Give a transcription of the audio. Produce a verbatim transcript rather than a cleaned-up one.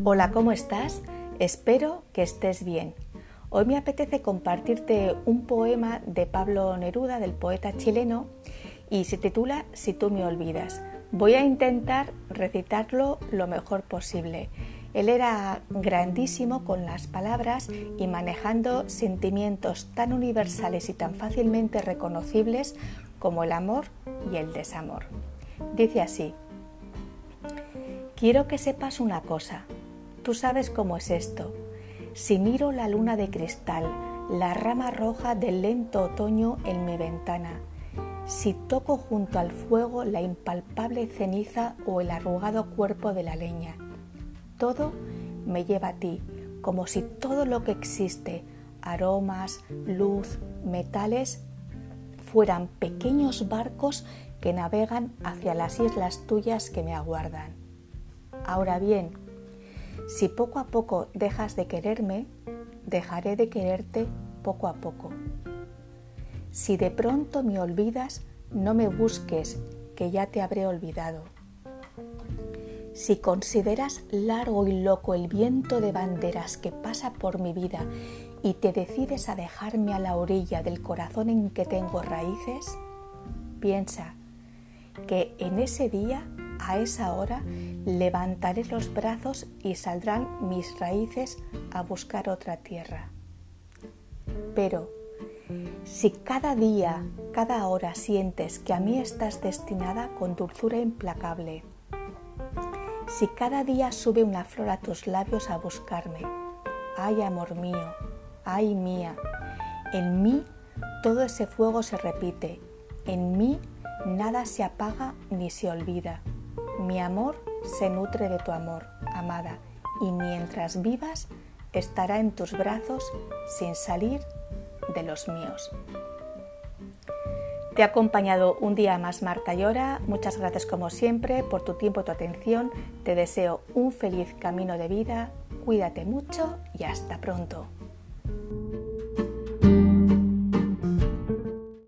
Hola, ¿cómo estás? Espero que estés bien. Hoy me apetece compartirte un poema de Pablo Neruda, del poeta chileno, y se titula Si tú me olvidas. Voy a intentar recitarlo lo mejor posible. Él era grandísimo con las palabras y manejando sentimientos tan universales y tan fácilmente reconocibles como el amor y el desamor. Dice así: quiero que sepas una cosa, tú sabes cómo es esto. Si miro la luna de cristal, la rama roja del lento otoño en mi ventana, si toco junto al fuego la impalpable ceniza o el arrugado cuerpo de la leña, todo me lleva a ti, como si todo lo que existe, aromas, luz, metales, fueran pequeños barcos que navegan hacia las islas tuyas que me aguardan. Ahora bien, si poco a poco dejas de quererme, dejaré de quererte poco a poco. Si de pronto me olvidas, no me busques, que ya te habré olvidado. Si consideras largo y loco el viento de banderas que pasa por mi vida y te decides a dejarme a la orilla del corazón en que tengo raíces, piensa que en ese día, a esa hora, levantaré los brazos y saldrán mis raíces a buscar otra tierra. Pero si cada día, cada hora sientes que a mí estás destinada con dulzura implacable, si cada día sube una flor a tus labios a buscarme, ay amor mío, ay mía, en mí todo ese fuego se repite, en mí nada se apaga ni se olvida. Mi amor se nutre de tu amor, amada, y mientras vivas estará en tus brazos sin salir de los míos. Te ha acompañado un día más Marta Llora. Muchas gracias como siempre por tu tiempo y tu atención. Te deseo un feliz camino de vida. Cuídate mucho y hasta pronto.